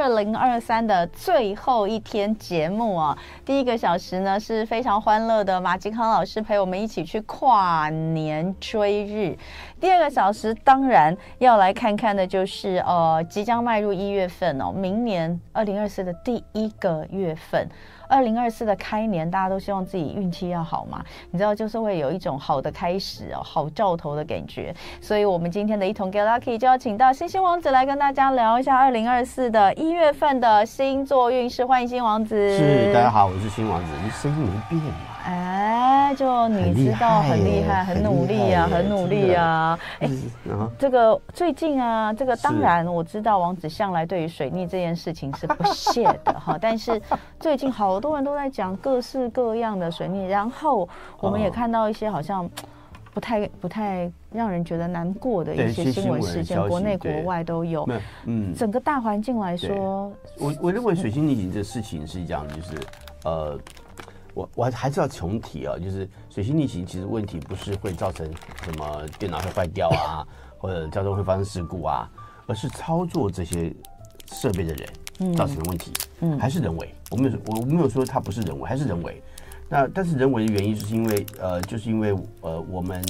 2023的最后一天节目啊。第1个小时呢是非常欢乐的，马吉康老师陪我们一起去跨年追日。第2个小时当然要来看看的就是即将迈入1月份哦，明年2024的第1个月份。2024的开年，大家都希望自己运气要好嘛，你知道，就是会有一种好的开始哦，好兆头的感觉。所以我们今天的一同 Get Lucky 就要请到星星王子来跟大家聊一下2024的1月份的星座运势。欢迎星王子。 是，大家好，我是星王子。你声音没变嘛？ 就你知道很厉害，很努力啊，很努力啊。这个最近啊，这个当然我知道王子向来对于水逆这件事情是不屑的哈，但是最近好多人都在讲各式各样的水逆，然后我们也看到一些好像不太让人觉得难过的一些新闻事件，国内国外都有。整个大环境来说， 我认为水星逆行这事情是这样，就是我还是要重提啊，就是水星逆行其实问题不是会造成什么电脑会坏掉啊，或者交通会发生事故啊，而是操作这些设备的人造成的问题，还是人为。我没有说它不是人为，还是人为。那但是人为的原因就是因为我们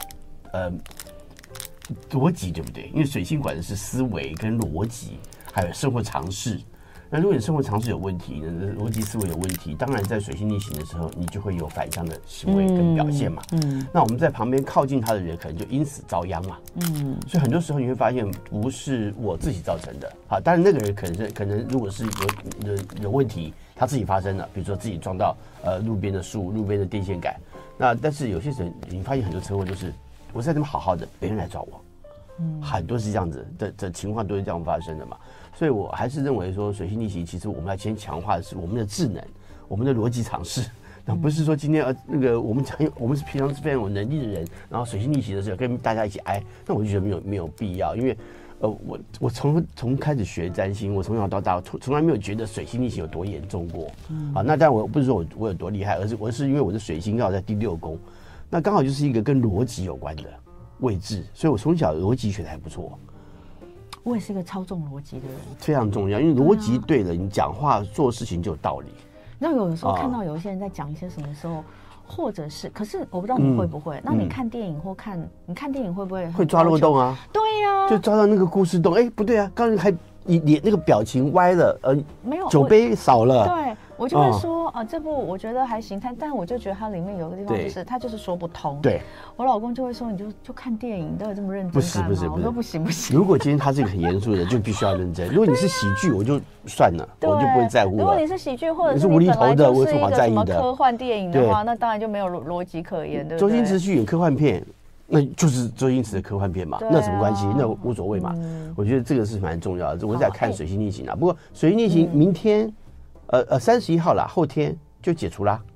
逻辑对不对？因为水星管的是思维跟逻辑，还有生活常识。那如果你生活常识有问题，逻辑思维有问题，当然在水星逆行的时候，你就会有反向的行为跟表现嘛。那我们在旁边靠近他的人，可能就因此遭殃嘛。所以很多时候你会发现，不是我自己造成的。好，当然那个人可能如果是有问题，他自己发生了，比如说自己撞到路边的树、路边的电线杆。那但是有些人，你发现很多车祸都是我在那边好好的，别人来撞我。很多是这样子的情况都是这样发生的嘛，所以我还是认为说水星逆行，其实我们要先强化的是我们的智能，我们的逻辑常识，那不是说今天我们是平常是非常有能力的人，然后水星逆行的时候跟大家一起挨，那我就觉得没有必要，因为我从开始学占星，我从小到大从来没有觉得水星逆行有多严重过，那当然我不是说我有多厉害，而是我是因为我的水星刚好在第6宫，那刚好就是一个跟逻辑有关的位置，所以我从小逻辑学得还不错。 我也是一个超重逻辑的人， 非常重要，因为逻辑对了，你讲话做事情就有道理。 那有的时候看到有一些人在讲一些什么时候，或者是，可是我不知道你会不会，那你看电影或你看电影会不会抓漏洞啊？ 对呀， 就抓到那个故事洞，不对啊，刚才还你脸那个表情歪了， 没有酒杯少了， 对。我就会说这部我觉得还行，但我就觉得它里面有个地方就是它就是说不通。对，我老公就会说，你就看电影，你都有这么认真干吗？不是，我说不行。如果今天他是一个很严肃的，就必须要认真。如果你是喜剧，我就算了，我就不会在乎了。 如果你是喜剧或者是无厘头的，我是一个什么科幻电影的话，那当然就没有逻辑可言，对不对？ 周星驰去演科幻片，那就是周星驰的科幻片嘛，那什么关系？那无所谓嘛。我觉得这个是蛮重要的。我在看水星逆行啊，不过水星逆行明天。31号啦，后天就解除啦，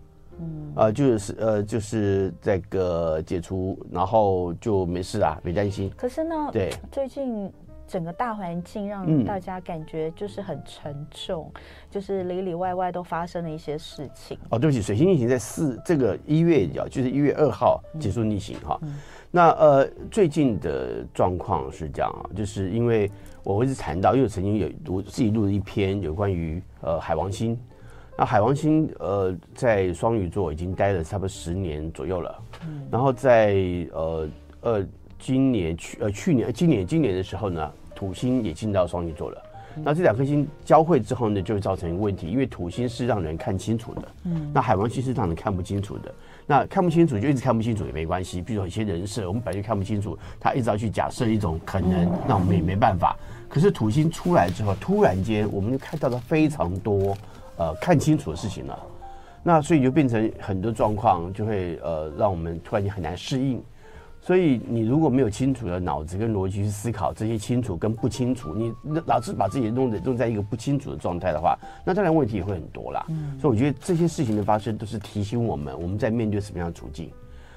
就是这个解除，然后就没事啦，别担心。 可是呢，对，最近整个大环境让大家感觉就是很沉重，就是里里外外都发生了一些事情。 对不起，水星逆行在这个1月就是1月2号结束逆行哈。那最近的状况是这样啊，就是因为我一直谈到，因为我曾经我自己录了一篇有关于海王星，那海王星在双鱼座已经待了差不多10年左右了，然后在今年的时候呢，土星也进到双鱼座了。那这2颗星交汇之后呢，就会造成一个问题，因为土星是让人看清楚的，那海王星是让人看不清楚的。那看不清楚就一直看不清楚也没关系，比如说有些人设我们本来就看不清楚，他一直要去假设一种可能，那我们也没办法。可是土星出来之后，突然间我们就看到了非常多看清楚的事情了，那所以就变成很多状况就会让我们突然间很难适应。所以你如果没有清楚的脑子跟逻辑去思考这些清楚跟不清楚，你老是把自己弄在一个不清楚的状态的话，那当然问题也会很多啦。所以我觉得这些事情的发生都是提醒我们在面对什么样的处境。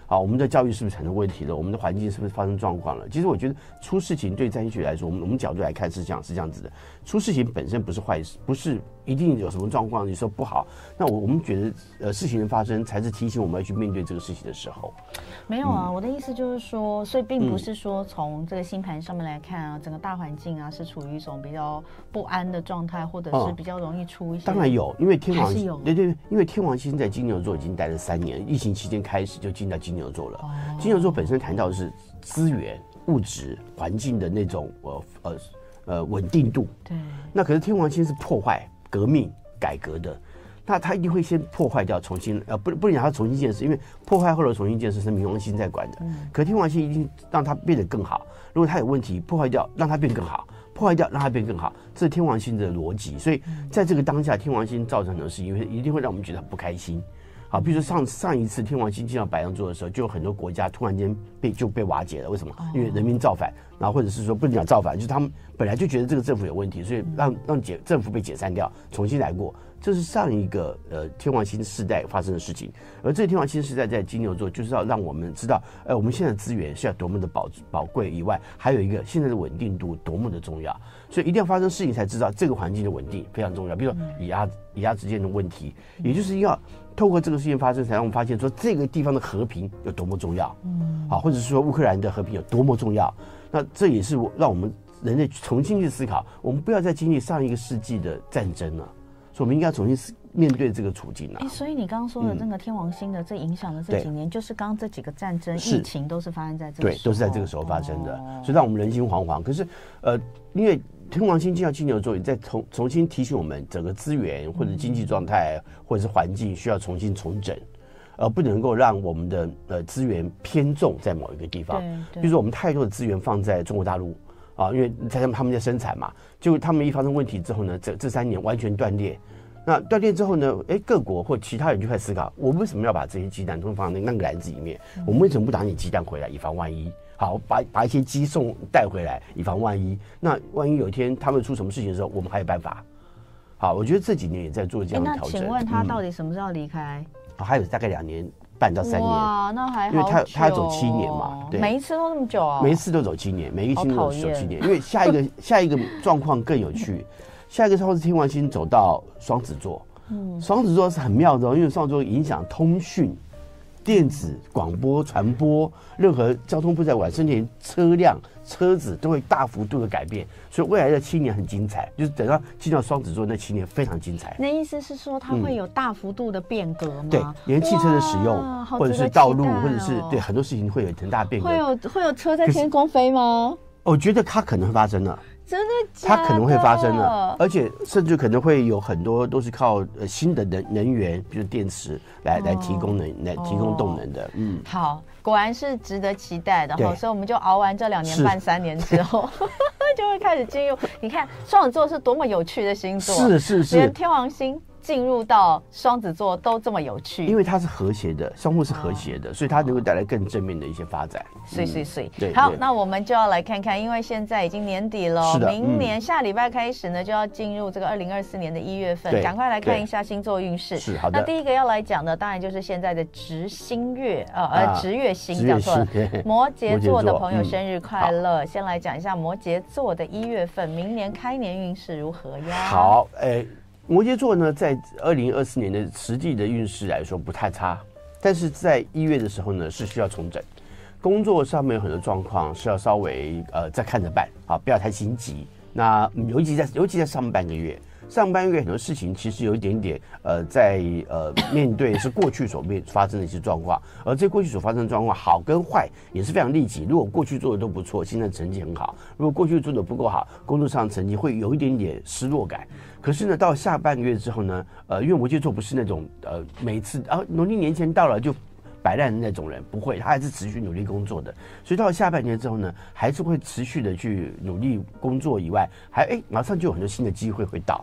好，我们的教育是不是产生问题了？我们的环境是不是发生状况了？其实我觉得出事情对占星学来说，我们角度来看是这样子的。出事情本身不是坏事，不是一定有什么状况，你说不好。那我们觉得事情的发生才是提醒我们要去面对这个事情的时候。 没有啊，我的意思就是说，所以并不是说从这个星盘上面来看啊，整个大环境啊是处于一种比较不安的状态，或者是比较容易出一些。 当然有，因为天王还是有对，因为天王星在金牛座已经待了3年，疫情期间开始就进到金牛座了。金牛座本身谈到的是资源、物质、环境的那种稳定度。 对。 那可是天王星是破坏、革命、改革的，那他一定会先破坏掉，重新不能讲他重新建设，因为破坏后的重新建设是冥王星在管的。可天王星一定让它变得更好。如果它有问题，破坏掉让它变更好，破坏掉让它变更好，这是天王星的逻辑。所以在这个当下，天王星造成的事情，一定会让我们觉得很不开心。好，比如说上一次天王星进到白羊座的时候，就有很多国家突然间被瓦解了。为什么？因为人民造反，然后或者是说不能讲造反，就是他们本来就觉得这个政府有问题，所以让政府被解散掉，重新来过。这是上一个天王星世代发生的事情。而这个天王星世代在金牛座，就是要让我们知道，我们现在的资源是要多么的宝贵以外，还有一个现在的稳定度多么的重要。所以一定要发生事情才知道这个环境的稳定非常重要。比如说以牙之间的问题，也就是要透过这个事情发生，才让我们发现说这个地方的和平有多么重要。好，或者是说乌克兰的和平有多么重要。那这也是让我们人类重新去思考，我们不要再经历上一个世纪的战争了。所以我们应该重新面对这个处境啊！ 所以你刚刚说的这个天王星的这影响的这几年，就是刚刚这几个战争、疫情都是发生在这个时候， 对，都是在这个时候发生的，所以让我们人心惶惶。可是因为天王星进到金牛座，也在重新提醒我们，整个资源或者经济状态或者是环境需要重新重整，而不能够让我们的资源偏重在某一个地方。比如说我们太多的资源放在中国大陆。因为他们在生产嘛，结果他们一发生问题之后呢，这3年完全断裂。那断裂之后呢，各国或其他人就开始思考，我为什么要把这些鸡蛋都放在那个篮子里面？我们为什么不拿你鸡蛋回来，以防万一？好，把一些鸡带回来，以防万一。那万一有一天他们出什么事情的时候，我们还有办法。好，我觉得这几年也在做这样的调整。 那请问他到底什么时候离开？ 还有大概2年半到3年。 哇，那还好久。 因为他走7年嘛，对， 每一次都那么久啊？ 每一次都走7年，每一个星都走7年。因为下一个状况更有趣，下一个是天王星走到双子座。双子座是很妙的，因为双子座影响通讯、电子、广播、传播，任何交通部在晚生前车辆、车子都会大幅度的改变，所以未来的7年很精彩，就是等到进到双子座那7年非常精彩。 那意思是说它会有大幅度的变革吗？ 对，连汽车的使用，或者是道路，或者是对很多事情会有很大的变革。 会有车在天空飞吗？ 我觉得它可能会发生了。 真的假的？ 它可能会发生了，而且甚至可能会有很多都是靠新的能源，比如电池来提供提供动能的。 好，果然是值得期待的哈。所以我们就熬完这2年半3年之后，就会开始进入。你看双子座是多么有趣的星座，是，连天王星进入到双子座都这么有趣， 因为它是和谐的，相互是和谐的，所以它能够带来更正面的一些发展。 对，好，那我们就要来看看，因为现在已经年底了，明年下礼拜开始呢，就要进入这个2024年的1月份，赶快来看一下星座运势。 是好的。 那第一个要来讲的，当然就是现在的值星月，值月星，讲错了。摩羯座的朋友生日快乐！先来讲一下摩羯座的1月份，明年开年运势如何呀？ 好，摩羯座呢，在2024年的实际的运势来说不太差，但是在1月的时候呢，是需要重整。工作上面有很多状况是要稍微再看着办，好，不要太心急。那尤其在上半个月很多事情其实有一点点在面对是过去所发生的一些状况，而这过去所发生的状况好跟坏也是非常立即。如果过去做的都不错，现在成绩很好；如果过去做的不够好，工作上成绩会有一点点失落感。可是呢，到下半个月之后呢，因为摩羯座不是那种每次农历年前到了就摆烂的那种人，不会，他还是持续努力工作的。所以到了下半年之后呢，还是会持续的去努力工作以外，马上就有很多新的机会会到。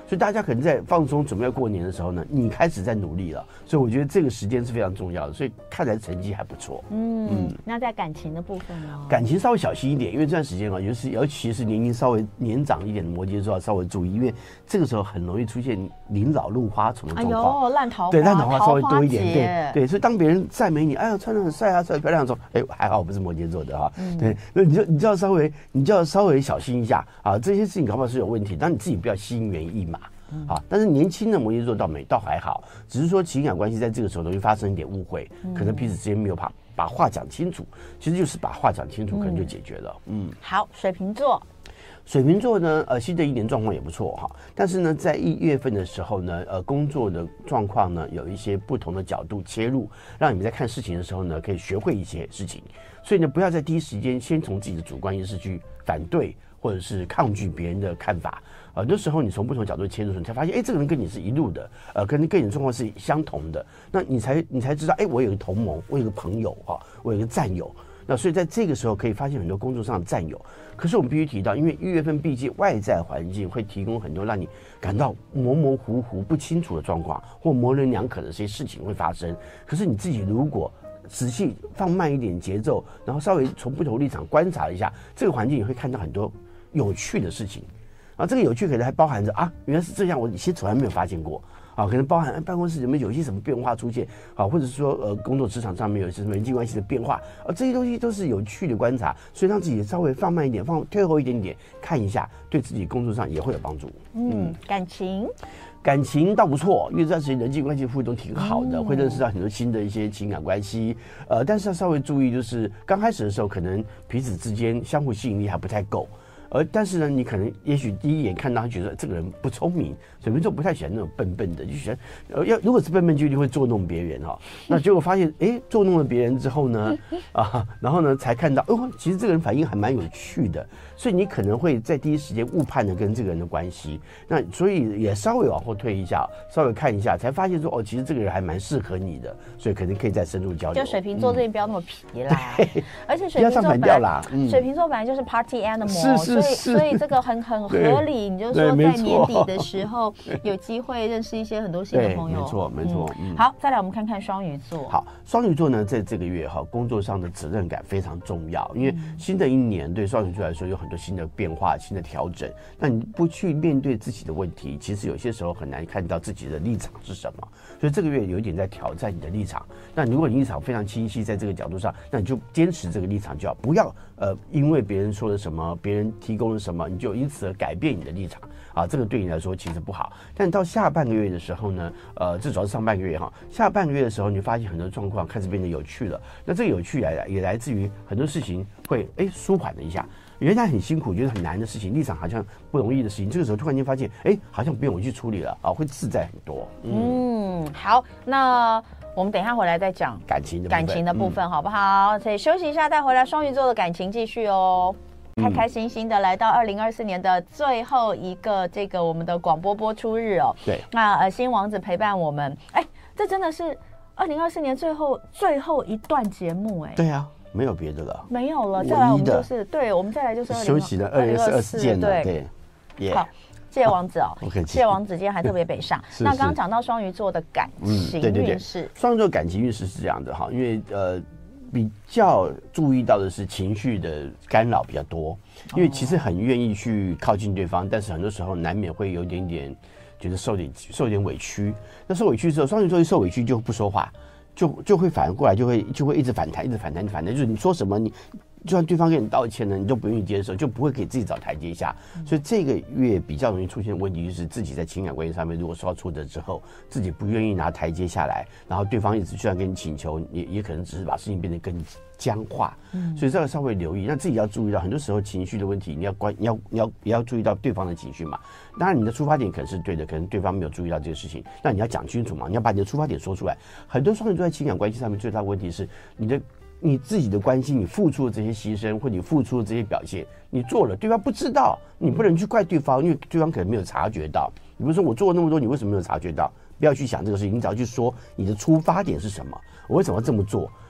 所以大家可能在放松准备要过年的时候呢，你开始在努力了，所以我觉得这个时间是非常重要的，所以看来成绩还不错。 那在感情的部分呢？ 感情稍微小心一点，因为这段时间啊，尤其是年龄稍微年长一点的摩羯座要稍微注意，因为这个时候很容易出现临老入花丛的状况。 哎呦，烂桃花， 对，烂桃花稍微多一点， 对， 所以当别人赞美你，哎呀，穿得很帅啊，穿得漂亮的时候，哎，还好我不是摩羯座的哈，对，那你就要稍微小心一下啊，这些事情搞不好是有问题，但你自己不要心猿意马。但是年轻的摩羯座倒还好，只是说情感关系在这个时候容易发生一点误会，可能彼此之间没有把话讲清楚，其实就是把话讲清楚，可能就解决了。 好，水瓶座。 水瓶座呢，新的一年状况也不错哈，但是呢，在1月份的时候呢，工作的状况呢有一些不同的角度切入，让你们在看事情的时候呢，可以学会一些事情，所以呢，不要在第一时间先从自己的主观意识去反对或者是抗拒别人的看法。很多时候你从不同角度切入，你才发现，这个人跟你是一路的，跟你的状况是相同的，那你才知道，我有一个同盟，我有一个朋友哈，我有一个战友。那所以在这个时候可以发现很多工作上的战友，可是我们必须提到，因为1月份毕竟外在环境会提供很多让你感到模模糊糊不清楚的状况，或模棱两可的这些事情会发生。可是你自己如果仔细放慢一点节奏，然后稍微从不同立场观察一下这个环境，你会看到很多有趣的事情。啊，这个有趣可能还包含着原来是这样，我以前从来没有发现过。可能包含办公室里面有一些什么变化出现，或者是说工作职场上面有一些什么人际关系的变化，这些东西都是有趣的观察，所以让自己稍微放慢一点，退后一点点看一下，对自己工作上也会有帮助。 感情倒不错，因为这段时间人际关系互动挺好的，会认识到很多新的一些情感关系。但是要稍微注意，就是刚开始的时候，可能彼此之间相互吸引力还不太够。但是呢，你可能也许第一眼看到他觉得这个人不聪明，水瓶座不太喜欢那种笨笨的，就喜欢如果是笨笨就一定会捉弄别人哈。那结果发现捉弄了别人之后呢，然后呢才看到其实这个人反应还蛮有趣的，所以你可能会在第一时间误判了跟这个人的关系。那所以也稍微往后退一下，稍微看一下，才发现说其实这个人还蛮适合你的，所以可能可以再深入交流。 就水瓶座这边不要那么皮啦，而且水瓶座本来就是 party animal，所以这个很合理。你就说在年底的时候有机会认识一些很多新的朋友， 没错。 好，再来我们看看双鱼座。 好，双鱼座呢，在这个月工作上的责任感非常重要，因为新的一年对双鱼座来说有很多新的变化、新的调整。那你不去面对自己的问题，其实有些时候很难看到自己的立场是什么。所以这个月有一点在挑战你的立场。那如果你立场非常清晰，在这个角度上，那你就坚持这个立场就好，不要因为别人说了什么，别人提供了什么，你就因此而改变你的立场这个对你来说其实不好。但到下半个月的时候呢，这主要是上半个月下半个月的时候，你发现很多状况开始变得有趣了。那这个有趣也来自于很多事情会舒缓了一下。原来很辛苦，觉得很难的事情，立场好像不容易的事情，这个时候突然间发现，好像不用我去处理了会自在很多。 好，那我们等一下回来再讲感情的部分，好不好？所以休息一下，再回来双鱼座的感情继续哦。开开心心的来到2024年的最后一个这个我们的广播播出日哦。 对， 那新王子陪伴我们，这真的是2024年最后一段节目对啊。没有别的了， 没有了。再来我们就是我们再来就是休息了2024件了，对。 好，谢谢王子谢谢王子今天还特别北上。那刚刚讲到双鱼座的感情运势， 双鱼座感情运势是这样的因为比较注意到的是情绪的干扰比较多，因为其实很愿意去靠近对方，但是很多时候难免会有点觉得受点委屈。那受委屈之后，双鱼座一受委屈就不说话。就会反过来，就会一直反弹，就是你说什么，你就算对方跟你道歉呢，你都不愿意接受，就不会给自己找台阶下。所以这个月比较容易出现问题，就是自己在情感关系上面，如果受到挫折之后，自己不愿意拿台阶下来，然后对方一直居然跟你请求，也可能只是把事情变得更僵化。所以这个稍微留意，那自己要注意到，很多时候情绪的问题，也要注意到对方的情绪嘛。当然你的出发点可能是对的，可能对方没有注意到这个事情，那你要讲清楚嘛，你要把你的出发点说出来。很多双鱼座在情感关系上面最大的问题是你自己的关系，你付出的这些牺牲，或你付出的这些表现，你做了，对方不知道，你不能去怪对方，因为对方可能没有察觉到。比如说我做了那么多，你为什么没有察觉到？不要去想这个事情，你只要去说你的出发点是什么，我为什么要这么做？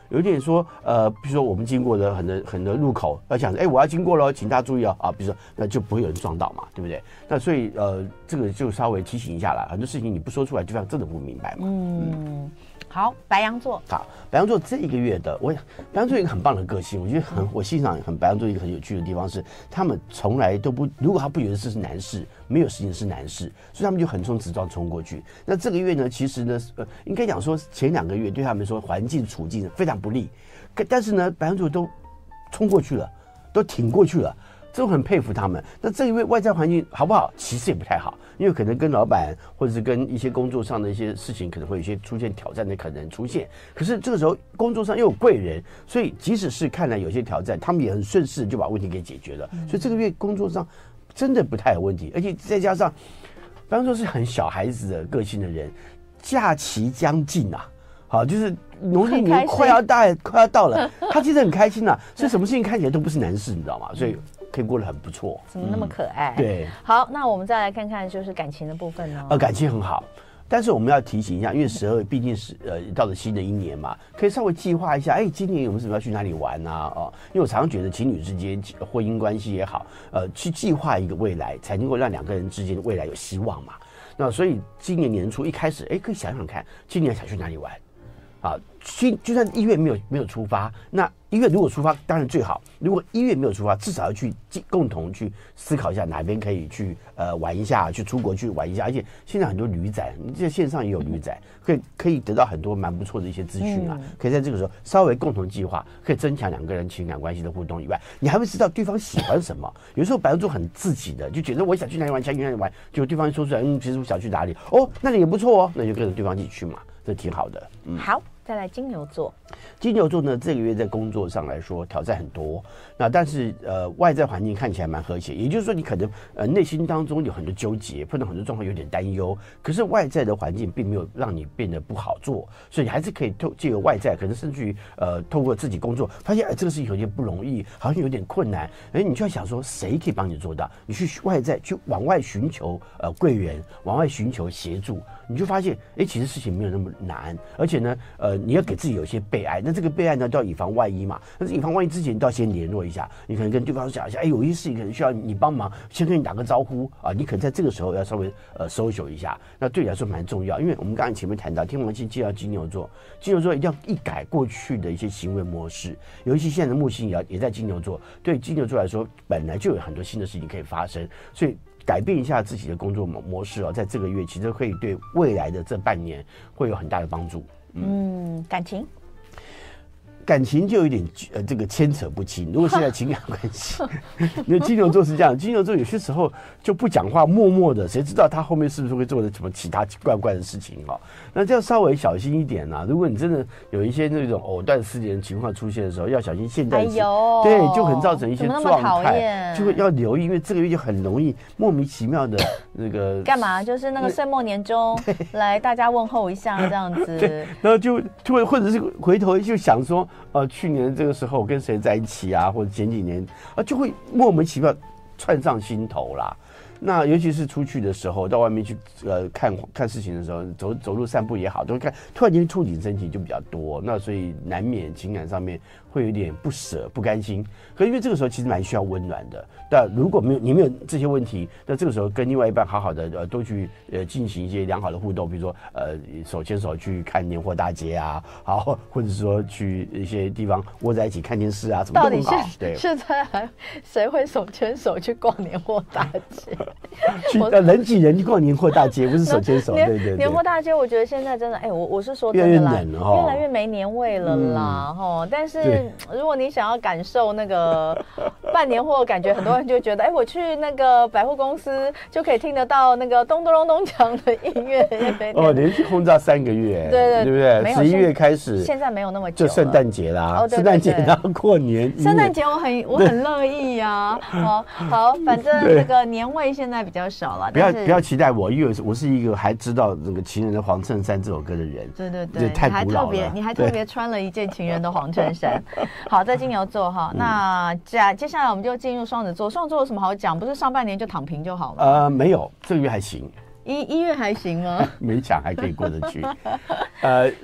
有点说比如说我们经过的很多路口，要讲我要经过了，请大家注意啊，比如说那就不会有人撞到嘛，对不对？那所以这个就稍微提醒一下啦，很多事情你不说出来，对方真的不明白嘛。 好，白羊座。 好，白羊座这一个月的，白羊座有一个很棒的个性，我觉得我欣赏白羊座一个很有趣的地方是，他们从来都不，如果他不觉得这是难事，没有事情是难事，所以他们就横冲直撞冲过去。那这个月呢，其实呢，应该讲说前2个月对他们说环境处境非常不利，但是呢，白羊座都冲过去了，都挺过去了。这种很佩服他们。那这一位外在环境好不好？其实也不太好，因为可能跟老板或者是跟一些工作上的一些事情，可能会有一些出现挑战的可能出现。可是这个时候工作上又有贵人，所以即使是看来有些挑战，他们也很顺势就把问题给解决了。所以这个月工作上真的不太有问题，而且再加上，比方说是很小孩子的个性的人，假期将近啊。好，就是农历年快要到了，他其实很开心啊，所以什么事情看起来都不是难事，你知道吗？所以可以过得很不错。 怎么那么可爱？ 对。 好，那我们再来看看就是感情的部分呢。 感情很好，但是我们要提醒一下，因为12月毕竟是到了新的一年嘛，可以稍微计划一下，今年有没有什么要去哪里玩啊？因为我常常觉得情侣之间婚姻关系也好，去计划一个未来，才能够让2个人之间的未来有希望嘛。那所以今年年初一开始，可以想想看，今年想去哪里玩。就算1月没有出发，那1月如果出发当然最好。如果1月没有出发，至少要去共同去思考一下哪边可以去玩一下，去出国去玩一下。而且现在很多旅展，这线上也有旅展，可以得到很多蛮不错的一些资讯啊。可以在这个时候稍微共同计划，可以增强2个人情感关系的互动以外，你还会知道对方喜欢什么。有时候白羊座很自己的，就觉得我想去哪里玩，想去哪里玩，结果对方说出来，其实我想去哪里，那里也不错哦，那就跟着对方一起去嘛，这挺好的。 好。再来金牛座， 金牛座呢，这个月在工作上来说挑战很多，那但是外在环境看起来蛮和谐，也就是说你可能内心当中有很多纠结，碰到很多状况有点担忧，可是外在的环境并没有让你变得不好做，所以你还是可以借由外在，可能甚至于透过自己工作，发现这个事情有点不容易，好像有点困难，你就要想说谁可以帮你做到，你去外在去往外寻求贵人，往外寻求协助，你就发现其实事情没有那么难，而且呢你要给自己有一些备案，那这个备案呢都要以防万一嘛。但是以防万一之前，都要先联络一下。你可能跟对方讲一下，有一些事情可能需要你帮忙，先跟你打个招呼啊。你可能在这个时候要稍微social一下，那对你来说蛮重要。因为我们刚才前面谈到，天王星介绍金牛座，金牛座一定要一改过去的一些行为模式，尤其现在的木星也在金牛座，对金牛座来说，本来就有很多新的事情可以发生，所以改变一下自己的工作模式在这个月其实可以对未来的这半年会有很大的帮助。感情就有点这个牵扯不清。如果现在情感关系，因为金牛座是这样，金牛座有些时候就不讲话，默默的，谁知道他后面是不是会做的什么其他怪的事情那这样稍微小心一点如果你真的有一些那种藕断丝连的情况出现的时候，要小心现在对，就很造成一些状态，就会要留意，因为这个月就很容易莫名其妙的那个干嘛，就是那个岁末年终来大家问候一下这样子， 对，然后就会或者是回头就想说。去年这个时候跟谁在一起啊，或者前几年就会莫名其妙窜上心头啦。那尤其是出去的时候，到外面去看事情的时候，走路散步也好，都会看突然间触景生情就比较多，那所以难免情感上面会有点不舍、不甘心。可因为这个时候其实蛮需要温暖的，但如果你没有这些问题，那这个时候跟另外一半好好的多去进行一些良好的互动，比如说手牵手去看年货大街啊，好，或者说去一些地方窝在一起看电视啊，什么都很好。对， 现在谁会手牵手去逛年货大街？ 去人挤人去逛年货大街，不是手牵手。对。 年货大街，我觉得现在真的，我是说真的啦，越来越没年味了啦，但是如果你想要感受那个办年货，感觉很多人就觉得，我去那个百货公司就可以听得到那个咚咚咚咚锵的音乐。 连续轰炸3个月， 对不对？11月开始， 现在没有那么久， 就圣诞节啦，圣诞节然后过年， 圣诞节我很乐意呀。好，反正这个年味现在比较少了。 不要期待我，因为我是一个还知道这个情人的黄衬衫这首歌的人。 对， 太古老了。 你还特别穿了一件情人的黄衬衫。好，在金牛座那接下来我们就进入双子座。双子座有什么好讲？不是上半年就躺平就好吗？ 没有，这个月还行。 1月还行吗？ 勉强还可以过得去。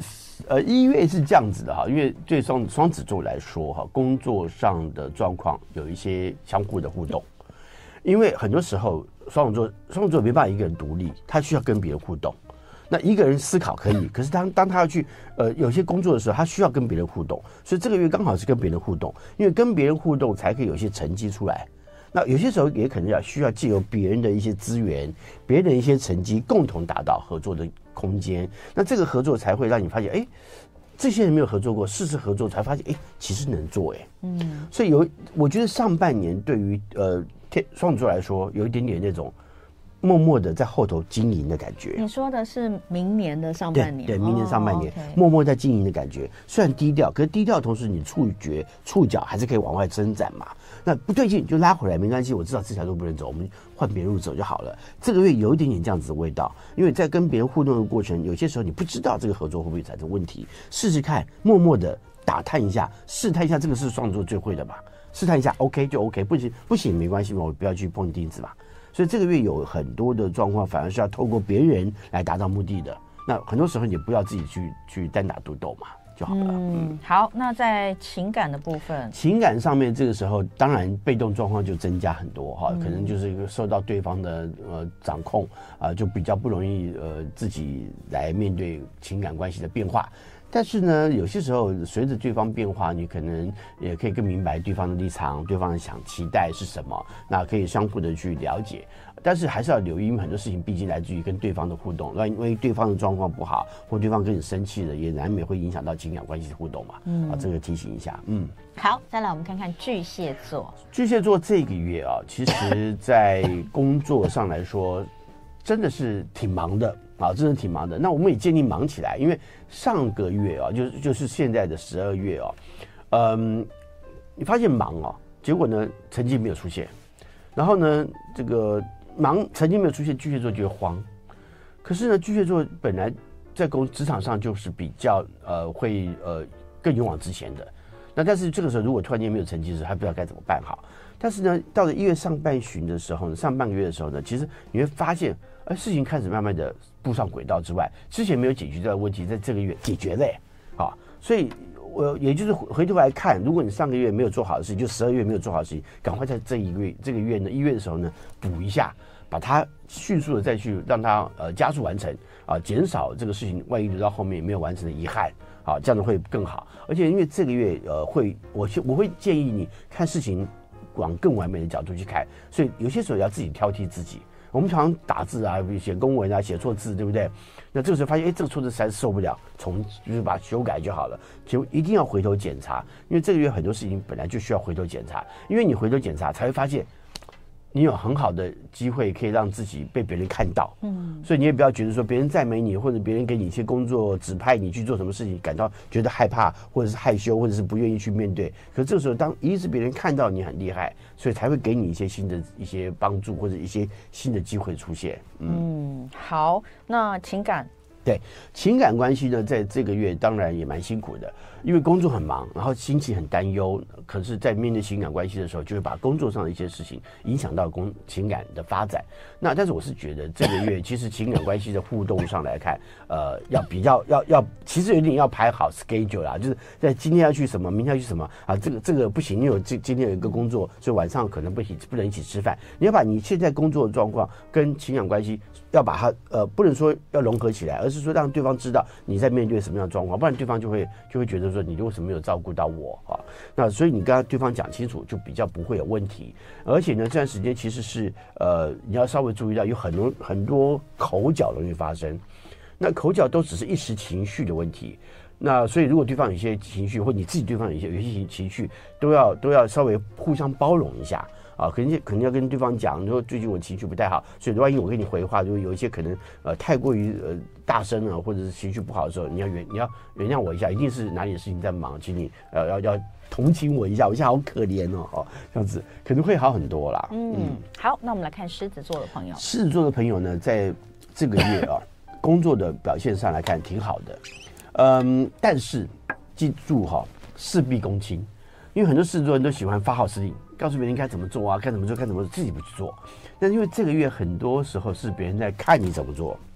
1月是这样子的哈，因为对双子座来说哈，工作上的状况有一些相互的互动，因为很多时候双子座没办法一个人独立，他需要跟别人互动。那一个人思考可以，可是当他要去有些工作的时候，他需要跟别人互动，所以这个月刚好是跟别人互动，因为跟别人互动才可以有一些成绩出来。那有些时候也可能需要借由别人的一些资源、别人的一些成绩，共同达到合作的空间。那这个合作才会让你发现，哎，这些人没有合作过，试试合作才发现，哎，其实能做，哎，所以我觉得上半年对于双子座来说，有一点点那种默默的在后头经营的感觉。 你说的是明年的上半年？ 对，明年上半年，默默在经营的感觉。虽然低调，可是低调的同时，你触角还是可以往外伸展嘛。那不对劲就拉回来，没关系，我知道这条路不能走，我们换别路走就好了。这个月有一点点这样子的味道，因为在跟别人互动的过程，有些时候你不知道这个合作会不会产生问题，试试看，默默的打探一下，试探一下，这个是双子座最会的嘛。试探一下 ，OK 就 OK， 不行没关系嘛，我不要去碰钉子嘛。所以这个月有很多的状况，反而是要透过别人来达到目的的。那很多时候你不要自己去单打独斗嘛，就好了。 好，那在情感的部分， 情感上面这个时候当然被动状况就增加很多哈，可能就是一个受到对方的掌控就比较不容易自己来面对情感关系的变化。但是呢，有些时候随着对方变化，你可能也可以更明白对方的立场，对方的期待是什么，那可以相互的去了解。但是还是要留意，因为很多事情毕竟来自于跟对方的互动，万一对方的状况不好，或对方跟你生气了，也难免会影响到情感关系的互动嘛。这个提醒一下。 好，再来我们看看巨蟹座。 巨蟹座这个月其实在工作上来说，真的是挺忙的。真的挺忙的。那我们也建议忙起来，因为上个月就是现在的12月你发现忙结果呢成绩没有出现，然后呢这个忙成绩没有出现，巨蟹座就会慌。可是呢，巨蟹座本来在职场上就是比较会更勇往直前的。那但是这个时候如果突然间没有成绩的时候，还不知道该怎么办好。但是呢，到了1月上半旬的时候呢，上半个月的时候呢，其实你会发现，事情开始慢慢的步上轨道之外，之前没有解决掉的问题，在这个月解决了所以也就是回头来看，如果你上个月没有做好的事情，就12月没有做好的事情，赶快在这个月呢，1月的时候呢补一下，把它迅速的再去让它加速完成减少这个事情万一留到后面没有完成的遗憾这样子会更好。而且因为这个月我会建议你看事情往更完美的角度去看，所以有些时候要自己挑剔自己。我们常常打字写公文写错字，对不对？那这个时候发现，这个错字实在是受不了，就是把它修改就好了。就一定要回头检查，因为这个月很多事情本来就需要回头检查，因为你回头检查才会发现，你有很好的机会可以让自己被别人看到。所以你也不要觉得说别人赞美你，或者别人给你一些工作指派你去做什么事情，感到觉得害怕，或者是害羞，或者是不愿意去面对。可是这个时候，一定是别人看到你很厉害，所以才会给你一些新的一些帮助，或者一些新的机会出现。 好，那情感。 对，情感关系呢，在这个月当然也蛮辛苦的，因为工作很忙，然后心情很担忧。可是，在面对情感关系的时候，就会把工作上的一些事情影响到情感的发展。那但是我是觉得这个月其实情感关系的互动上来看，要比较其实有点要排好 schedule 啦，就是在今天要去什么，明天要去什么这个不行，因为今天有一个工作，所以晚上可能不能一起吃饭。你要把你现在工作的状况跟情感关系要把它不能说要融合起来，而是说让对方知道你在面对什么样的状况，不然对方就会觉得说你为什么没有照顾到我那所以你跟对方讲清楚，就比较不会有问题。而且呢，这段时间其实是你要稍微注意到有很多口角容易发生，那口角都只是一时情绪的问题。那所以如果对方有一些情绪，或你自己对方有一些情绪，都要稍微互相包容一下。可能要跟对方讲，说最近我情绪不太好，所以万一我跟你回话，就有一些可能太过于大声了，或者是情绪不好的时候，你要原谅我一下，一定是哪里的事情在忙，请你要同情我一下，我现在好可怜这样子可能会好很多啦。 好，那我们来看狮子座的朋友。 狮子座的朋友呢，在这个月工作的表现上来看挺好的，但是记住事必躬亲，因为很多狮子座人都喜欢发号施令，告诉别人该怎么做该怎么做，自己不去做。但是因为这个月很多时候是别人在看你怎么做，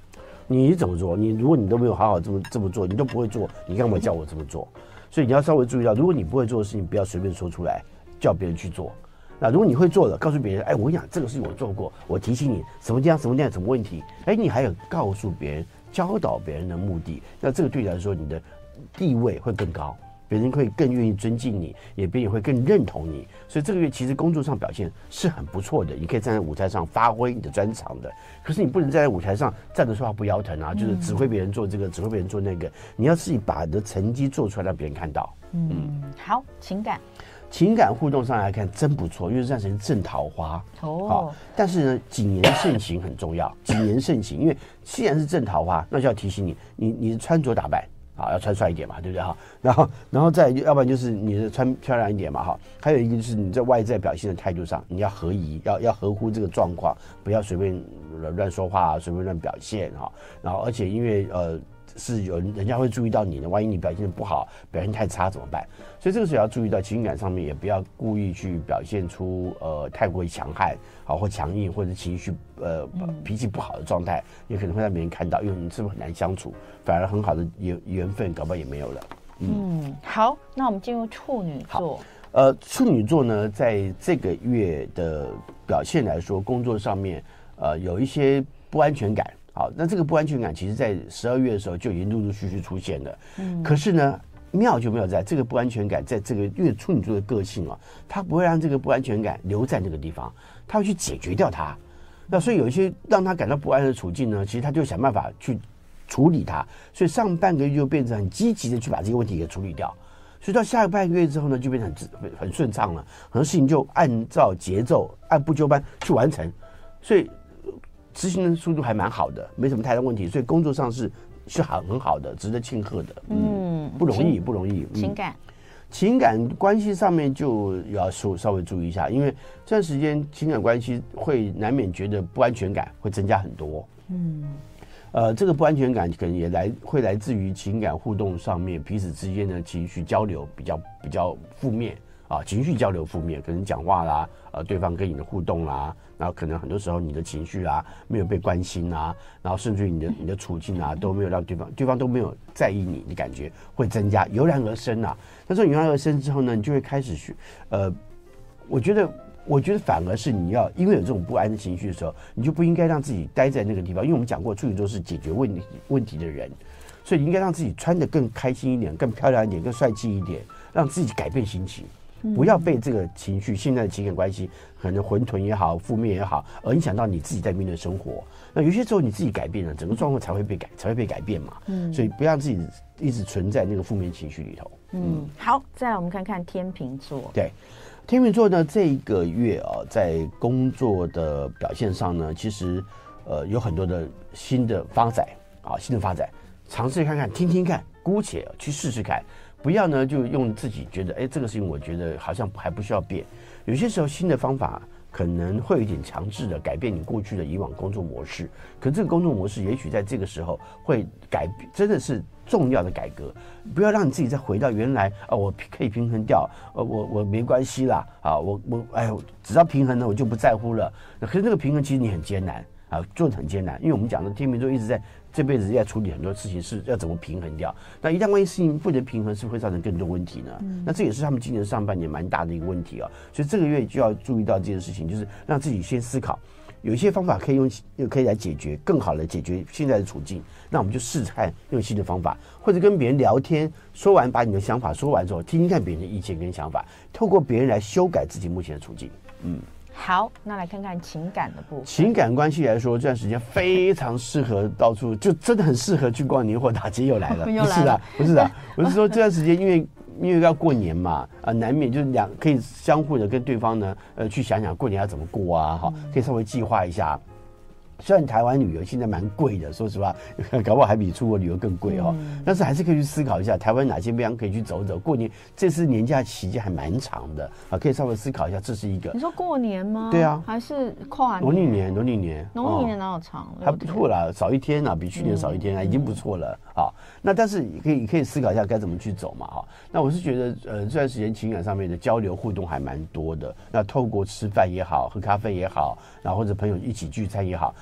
你怎么做？如果你都没有好好这么做，你都不会做，你干嘛叫我这么做？所以你要稍微注意到，如果你不会做的事情，不要随便说出来，叫别人去做。那如果你会做了，告诉别人，哎，我跟你讲，这个事情我做过，我提醒你什么地方什么问题，哎，你还有告诉别人、教导别人的目的，那这个对你来说，你的地位会更高，别人会更愿意尊敬你，也别人会更认同你。所以这个月其实工作上表现是很不错的，你可以站在舞台上发挥你的专长的。可是你不能站在舞台上站着说话不腰疼啊，就是指挥别人做这个，指挥别人做那个，你要自己把你的成绩做出来，让别人看到。 好，情感互动上来看真不错，因为这段时间正桃花好，但是呢，谨言慎行很重要，谨言慎行，因为既然是正桃花，那就要提醒你的穿着打扮啊，要穿帅一点嘛，对不对哈？然后再要不然就是你的穿漂亮一点嘛哈。还有一个就是你在外在表现的态度上，你要合宜，要合乎这个状况，不要随便乱说话，随便乱表现哈。然后而且因为是有人家会注意到你的，万一你表现的不好，表现太差怎么办？所以这个时候要注意到情感上面，也不要故意去表现出太过于强悍啊或强硬，或者情绪脾气不好的状态，也可能会让别人看到，因为你是不是很难相处，反而很好的缘分搞不好也没有了。 好，那我们进入处女座。 处女座呢，在这个月的表现来说，工作上面有一些不安全感。好，那这个不安全感，其实在12月的时候就已经陆陆续续出现了。可是呢，妙就妙在这个不安全感，在这个月处女座的个性啊，他不会让这个不安全感留在那个地方，他会去解决掉它。那所以有一些让他感到不安的处境呢，其实他就想办法去处理它。所以上半个月就变成很积极的去把这个问题给处理掉。所以到下半个月之后呢，就变成很顺畅了，很多事情就按照节奏、按部就班去完成。所以执行的速度还蛮好的，没什么太大问题，所以工作上是很好的，值得庆贺的。不容易，不容易。情感关系上面就要稍微注意一下，因为这段时间情感关系会难免觉得不安全感会增加很多。这个不安全感可能也会来自于情感互动上面，彼此之间的情绪交流比较负面啊，情绪交流负面，可能讲话啦，对方跟你的互动啦，然后可能很多时候你的情绪啊没有被关心啊，然后甚至于你的处境啊都没有让对方都没有在意你，你感觉会增加，油然而生啊。但是油然而生之后呢，你就会开始我觉得反而是你要因为有这种不安的情绪的时候，你就不应该让自己待在那个地方，因为我们讲过处女座是解决问题的人，所以你应该让自己穿得更开心一点，更漂亮一点，更帅气一点，让自己改变心情。不要被这个情绪，现在的情感关系可能混沌也好，负面也好，而影响到你自己在面对生活。那有些时候你自己改变了，整个状况才会被改变嘛。所以不要让自己一直存在那个负面情绪里头。 好，再来我们看看天秤座。 对，天秤座呢，这个月在工作的表现上呢，其实有很多的新的发展，尝试看看，听听看，姑且去试试看。不要呢，就用自己觉得，这个事情我觉得好像还不需要变。有些时候新的方法可能会有一点强制的改变你过去的以往工作模式，可这个工作模式也许在这个时候会真的是重要的改革。不要让你自己再回到原来我可以平衡掉，我没关系啦只要平衡了我就不在乎了。可是这个平衡其实你很艰难做得很艰难，因为我们讲的天秤座一直在这辈子在处理很多事情，是要怎么平衡掉。那一旦万一事情不能平衡，是不是会造成更多问题呢？那这也是他们今年上半年蛮大的一个问题所以这个月就要注意到这件事情，就是让自己先思考，有一些方法可以来解决，更好的解决现在的处境。那我们就试试看用新的方法，或者跟别人聊天，说完把你的想法说完之后，听听看别人的意见跟想法，透过别人来修改自己目前的处境。 好，那来看看情感的部分。 情感关系来说，这段时间非常适合到处，就真的很适合去逛年货大街。又来了，不是的，我是说这段时间，因为要过年嘛，难免就是可以相互的跟对方呢，去想想过年要怎么过啊，可以稍微计划一下。虽然台湾旅游现在蛮贵的，说实话，搞不好还比出国旅游更贵但是还是可以去思考一下台湾哪些地方可以去走走。过年这次年假期间还蛮长的可以稍微思考一下，这是一个。 你说过年吗？ 对啊， 还是跨年？ 农历年哪有长？ 还不错啦，少一天比去年少一天已经不错了那但是可以思考一下该怎么去走嘛那我是觉得这段时间情感上面的交流互动还蛮多的。那透过吃饭也好，喝咖啡也好，然后或者朋友一起聚餐也好，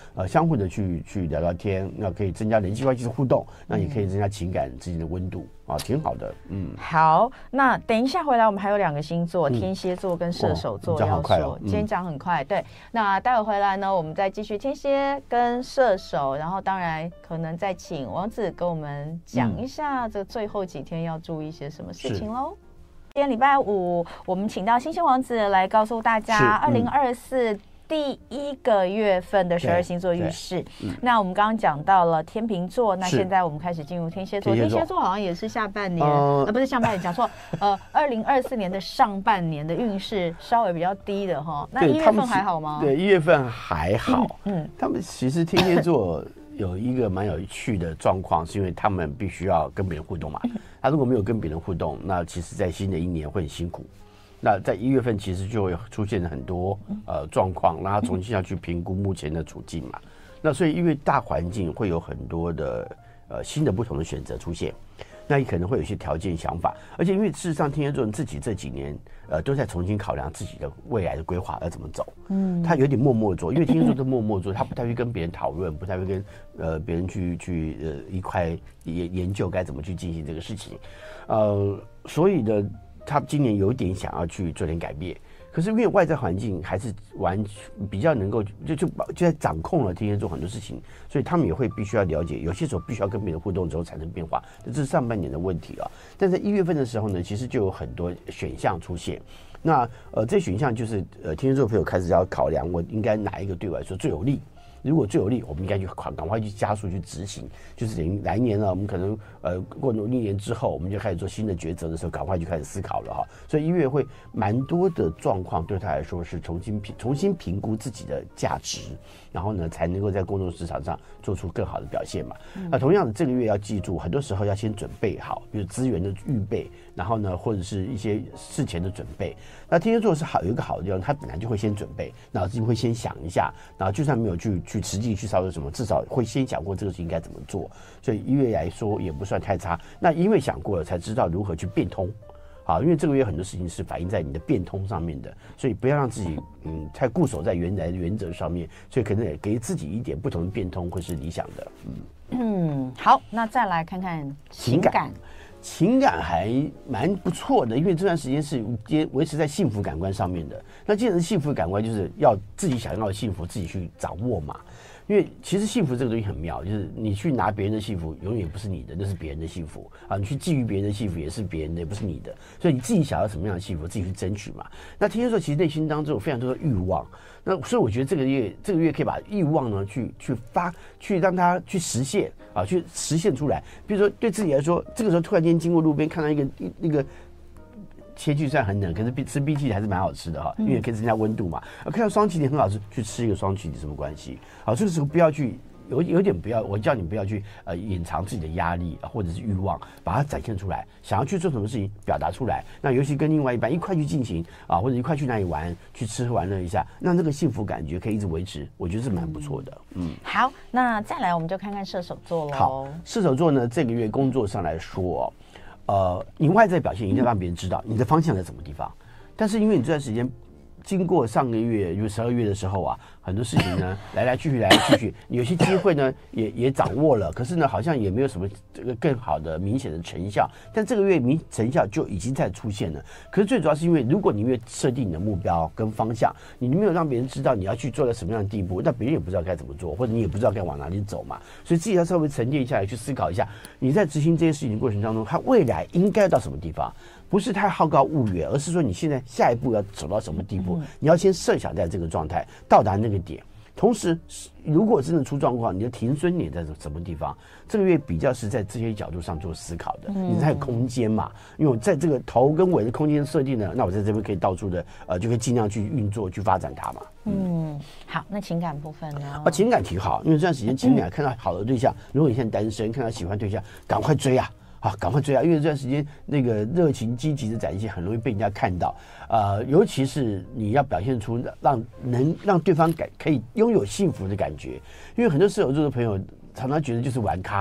相互的去聊聊天，那可以增加人际关系的互动，那也可以增加情感之间的温度啊，挺好的。 好，那等一下回来我们还有2个星座，天蝎座跟射手座要说，今天讲很快，对。那待会回来呢，我们再继续天蝎跟射手，然后当然可能再请王子跟我们讲一下这最后几天要注意一些什么事情喽。今天礼拜五，我们请到星星王子来告诉大家2024第1个月份的12星座运势。那我们刚刚讲到了天秤座，那现在我们开始进入天蝎座。天蝎座好像也是下半年，不是下半年，讲错，2024年的上半年的运势稍微比较低的哈。那1月份还好吗？ 对，1月份还好。他们其实天蝎座有一个蛮有趣的状况，是因为他们必须要跟别人互动嘛。他如果没有跟别人互动，那其实在新的一年会很辛苦。那在1月份其实就会出现很多状况，让他重新要去评估目前的处境嘛。那所以因为大环境会有很多的新的不同的选择出现，那也可能会有一些条件想法，而且因为事实上天蝎座人自己这几年都在重新考量自己的未来的规划要怎么走。他有点默默做，因为天蝎座都默默做，他不太会跟别人讨论，不太会跟别人去一块研究该怎么去进行这个事情。所以呢，他今年有点想要去做点改变，可是因为外在环境还是比较能够就在掌控了天蝎座很多事情，所以他们也会必须要了解，有些时候必须要跟别人互动之后产生变化，这是上半年的问题啊。但在1月份的时候呢，其实就有很多选项出现。那这选项就是天蝎座朋友开始要考量，我应该哪一个对我来说最有利。如果最有利，我们应该去赶快去加速去执行，就是等于来年呢，我们可能过农历年之后，我们就开始做新的抉择的时候，赶快就开始思考了哈。所以1月会蛮多的状况，对他来说是重新评估自己的价值，然后呢，才能够在公众市场上做出更好的表现嘛。那同样的，这个月要记住，很多时候要先准备好，比如资源的预备，然后呢，或者是一些事前的准备。那天蝎座是有一个好的地方，他本来就会先准备，脑子里会先想一下，然后就算没有去实际去操作什么，至少会先想过这个事情该怎么做。所以1月来说也不算太差。那因为想过了，才知道如何去变通。好，因为这个月很多事情是反映在你的变通上面的，所以不要让自己太固守在原来的原则上面，所以可能也给自己一点不同的变通会是理想的。 好，那再来看看情感还蛮不错的，因为这段时间是维持在幸福感官上面的。那既然是幸福感官，就是要自己想要的幸福自己去掌握嘛。因为其实幸福这个东西很妙，就是你去拿别人的幸福，永远不是你的，那是别人的幸福啊。你去觊觎别人的幸福，也是别人的，也不是你的。所以你自己想要什么样的幸福，自己去争取嘛。那天蝎座其实内心当中有非常多的欲望，那所以我觉得这个月可以把欲望呢去让它去实现啊，去实现出来。比如说对自己来说，这个时候突然间经过路边看到一个。切去虽然很冷，可是吃冰淇淋还是蛮好吃的哈，因为可以增加温度嘛。看到双淇淋很好吃，去吃一个双淇淋什么关系？好，这个时候不要去有点不要，我叫你不要去隐藏自己的压力或者是欲望，把它展现出来。想要去做什么事情，表达出来。那尤其跟另外一半一块去进行啊，或者一块去哪里玩，去吃喝玩乐一下，那这个幸福感觉可以一直维持，我觉得是蛮不错的。 好，那再来我们就看看射手座喽。 好，射手座呢，这个月工作上来说。你外在表现一定要让别人知道你的方向在什么地方，但是因为你这段时间经过上个月，因为12月的时候啊，很多事情呢来来去去，有些机会呢也掌握了，可是呢好像也没有什么这个更好的明显的成效，但这个月成效就已经在出现了。可是最主要是因为如果你没有设定你的目标跟方向，你没有让别人知道你要去做到什么样的地步，那别人也不知道该怎么做，或者你也不知道该往哪里走嘛，所以自己要稍微沉淀下来去思考一下，你在执行这些事情的过程当中，它未来应该到什么地方。不是太好高骛远，而是说你现在下一步要走到什么地步，你要先设想在这个状态到达那个点。同时，如果真的出状况，你的停损点在什么地方？这个月比较是在这些角度上做思考的，你才有空间嘛。因为我在这个头跟尾的空间设定呢，那我在这边可以到处的就可以尽量去运作、去发展它嘛。 好，那情感部分呢？ 情感挺好，因为这段时间情感看到好的对象，如果你现在单身，看到喜欢对象，赶快追啊！赶快追啊！因为这段时间那个热情积极的展现很容易被人家看到，尤其是你要表现出能让对方可以拥有幸福的感觉。因为很多射手座的朋友常常觉得就是玩咖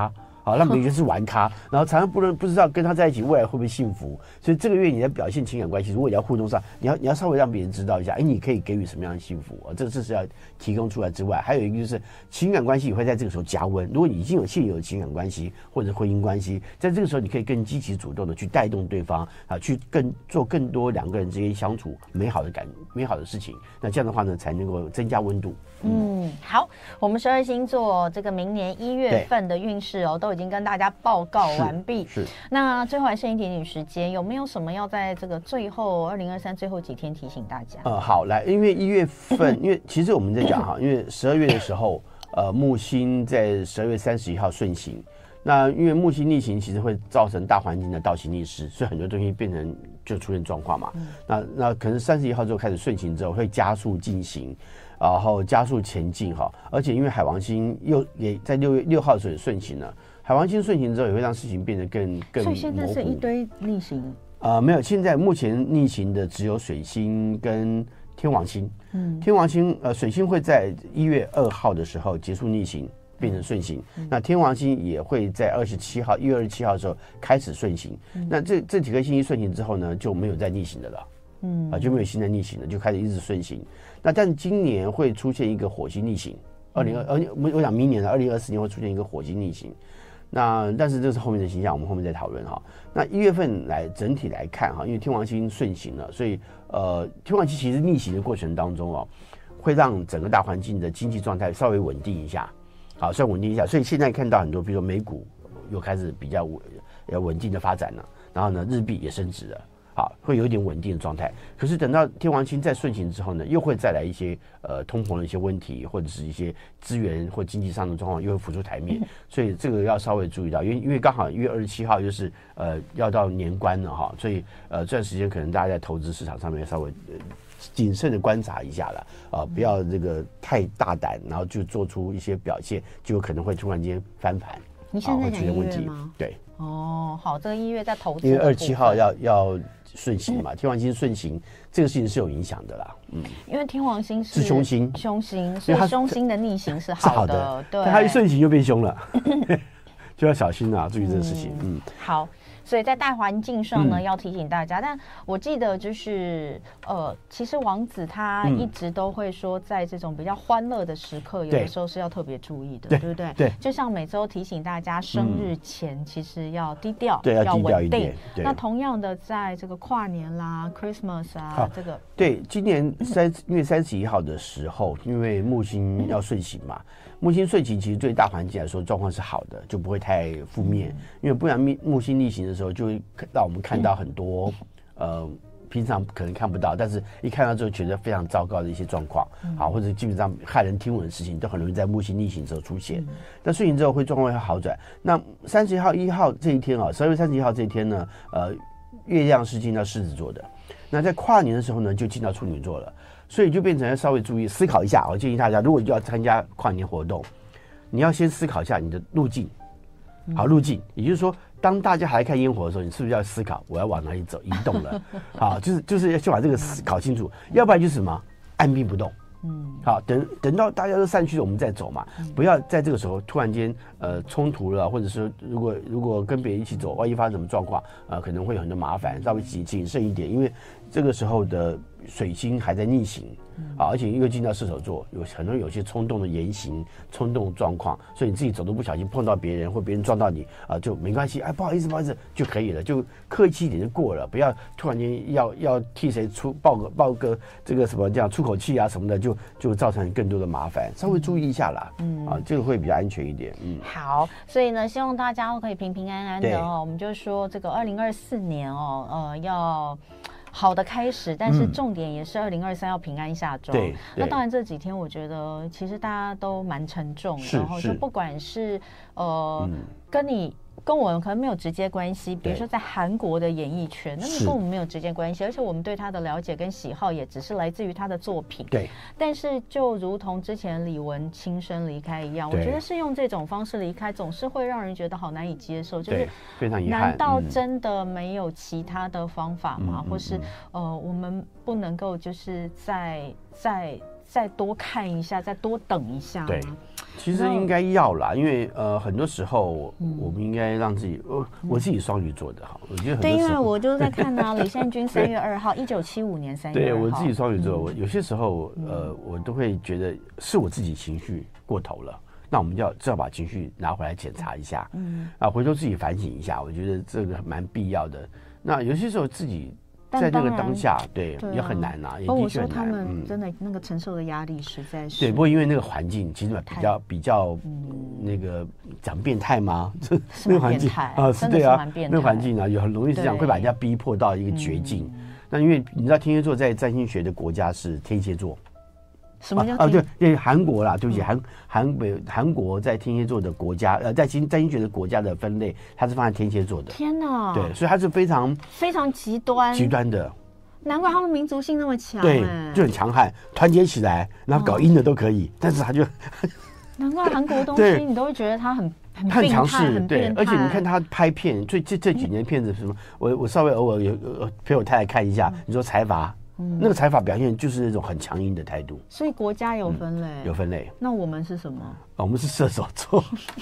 好，让别人觉得是玩咖，然后常常不知道跟他在一起未来会不会幸福。所以这个月你在表现情感关系，如果你要互动上，你要稍微让别人知道一下，哎，你可以给予什么样的幸福啊？这是要提供出来之外，还有一个就是情感关系也会在这个时候加温。如果你已经有现有的情感关系或者婚姻关系，在这个时候你可以更积极主动的去带动对方啊，去做更多两个人之间相处美好的事情。那这样的话呢，才能够增加温度。 好，我们12星座这个明年1月份的运势都已经跟大家报告完毕。 是。 那最后还剩一点点时间，有没有什么要在这个最后2023最后几天提醒大家？ 好，来，因为1月份，因为其实我们在讲哈，因为12月的时候，木星在12月31号顺行。那因为木星逆行，其实会造成大环境的倒行逆施，所以很多东西变成就出现状况嘛。那可能31号之后开始顺行之后，会加速进行，然后加速前进哈。而且因为海王星也在6月6号的时候也顺行了，海王星顺行之后也会让事情变得更模糊。 所以现在是一堆逆行。 没有，现在目前逆行的只有水星跟天王星。天王星水星会在1月2号的时候结束逆行，变成顺行。那天王星也会在1月27号的时候开始顺行。那这几颗星星顺行之后呢，就没有再逆行的了。就没有新的逆行了，就开始一直顺行。那但今年会出现一个火星逆行，我想明年的2024年会出现一个火星逆行。那但是这是后面的形象，我们后面再讨论哈。那1月份整体来看哈，因为天王星顺行了，所以天王星其实逆行的过程当中会让整个大环境的经济状态稍微稳定一下，好，稍微稳定一下。所以现在看到很多，比如说美股又开始比较稳定的发展了，然后呢，日币也升值了。好，会有一点稳定的状态。可是等到天王星再顺行之后呢，又会再来一些通膨的一些问题，或者是一些资源或经济上的状况又会浮出台面，所以这个要稍微注意到，因为刚好1月27号就是要到年关了哈，所以这段时间可能大家在投资市场上面稍微谨慎的观察一下了不要这个太大胆，然后就做出一些表现，就有可能会突然间翻盘。 你现在讲1月吗？ 对。 好，这个1月在投资， 因为27号要顺行嘛，天王星顺行这个事情是有影响的啦。 因为天王星是凶星， 所以凶星的逆行是好的，对， 但它一顺行就变凶了，就要小心啊，注意这个事情。 好。所以在大环境上呢，要提醒大家。但我记得就是其实王子他一直都会说，在这种比较欢乐的时刻，有的时候是要特别注意的，对不对？ 对。 就像每周提醒大家，生日前其实要低调， 对，要低调一点。 那同样的，在这个跨年啦、Christmas 啊，这个对，今年因为31号的时候，因为木星要顺行嘛。木星顺行其实对大环境来说状况是好的，就不会太负面，因为不然木星逆行的时候，就会让我们看到很多平常可能看不到，但是一看到之后觉得非常糟糕的一些状况，好，或者基本上骇人听闻的事情，都很容易在木星逆行之后出现。但顺行之后状况会好转。那31号1号这一天12月31号这一天呢，月亮是进到狮子座的，那在跨年的时候呢，就进到处女座了。所以就变成要稍微注意思考一下，我建议大家，如果要参加跨年活动，你要先思考一下你的路径。好，路径，也就是说，当大家还在看烟火的时候，你是不是要思考我要往哪里走，移动了？好，就是要先把这个搞清楚，要不然就是什么按兵不动。好，等到大家都散去了，我们再走嘛，不要在这个时候突然间冲突了，或者是如果跟别人一起走，万一发生什么状况可能会有很多麻烦，稍微谨慎一点，因为这个时候的水星还在逆行而且又进到射手座，有些冲动的言行、冲动的状况，所以你自己走都不小心碰到别人，或别人撞到你就没关系，不好意思就可以了，就客气一点就过了，不要突然间要替谁报个这个什么这样出口气啊什么的，就造成更多的麻烦，稍微注意一下啦，这个会比较安全一点。 好，所以呢，希望大家都可以平平安安的我们就说这个2024年要好的开始，但是重点也是2023要平安下周。 对， 那当然这几天我觉得其实大家都蛮沉重，然后就不管是跟我们可能没有直接关系，比如说在韩国的演艺圈，那个跟我们没有直接关系，而且我们对他的了解跟喜好也只是来自于他的作品。 对， 但是就如同之前李玟轻生离开一样，我觉得是用这种方式离开，总是会让人觉得好难以接受，就是非常遗憾。 难道真的没有其他的方法吗？或是我们不能够就是再多看一下，再多等一下吗？ 对，其实应该要啦，因为很多时候我们应该让自己，我自己双鱼座的哈，我觉得很多时候， 对，因为我就在看啊，李善均3月2号，1975年3月2号， 对我自己双鱼座，我有些时候我都会觉得是我自己情绪过头了。那我们就要把情绪拿回来检查一下，回头自己反省一下，我觉得这个蛮必要的。那有些时候自己在那个当下，对也很难啊，也的确很难。 我说他们真的那个承受的压力实在是对，不过因为那个环境其实比较那个讲变态吗？ 那个环境啊， 是对啊，那个环境啊，有很容易是这样，会把人家逼迫到一个绝境。那因为你知道天蝎座在占星学的国家是天蝎座。 什么叫对，韩国啦，对不起，韩国在天蝎座的国家，在占星学的国家的分类，它是放在天蝎座的。 天哪！ 对，所以它是非常极端的。 难怪他们民族性那么强， 对，就很强悍，团结起来，然后搞阴的都可以，但是他就难怪韩国东西你都会觉得他很强势，对，而且你看他拍片，这几年片子什么，我稍微偶尔有陪我太太看一下，你说财阀。那个财阀表现就是那种很强硬的态度， 所以国家有分类， 有分类。 那我们是什么？ 我们是射手座，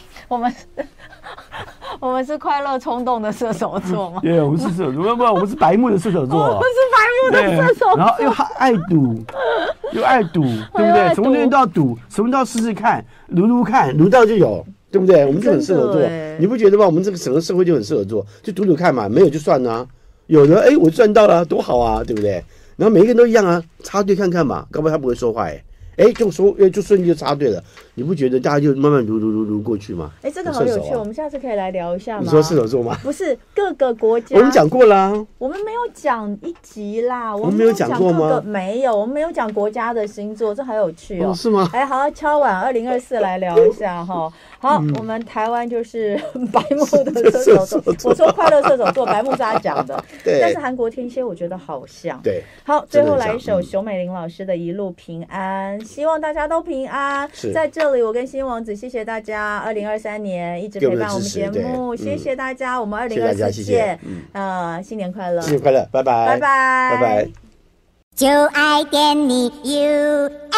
我们是快乐冲动的射手座吗？ 对，我们是射手座，不，我们是白目的射手座， 我们是白目的射手座， 然后又爱赌，对不对？什么东西都要赌，什么都要试试看，撸看，撸到就有。对不对？我们就很射手座，你不觉得吗？我们这个整个社会就很射手座，就赌看嘛，没有就算了，有的我赚到了，多好啊，对不对？然后每一个人都一样啊，插队看看嘛，搞不好他不会说话就顺利就插队了，你不觉得大家就慢慢撸过去吗？ 这个好有趣，我们下次可以来聊一下吗？ 你说射手座吗？ 不是，各个国家我们讲过啦， 我们没有讲一集啦， 我们没有讲过吗？ 没有，我们没有讲国家的星座，这好有趣哦。 是吗？ 好，敲碗2024来聊一下哈。好，我们台湾就是白目的射手座，我说快乐射手座，白目是他讲的，但是韩国天蝎我觉得好像。 对， 好，最后来一首熊美玲老师的《一路平安》，希望大家都平安。在这里，我跟新王子谢谢大家，2023年一直陪伴我们节目，谢谢大家，我们2024见，新年快乐， 新年快乐，拜拜， 拜拜， 就爱点你 UFO。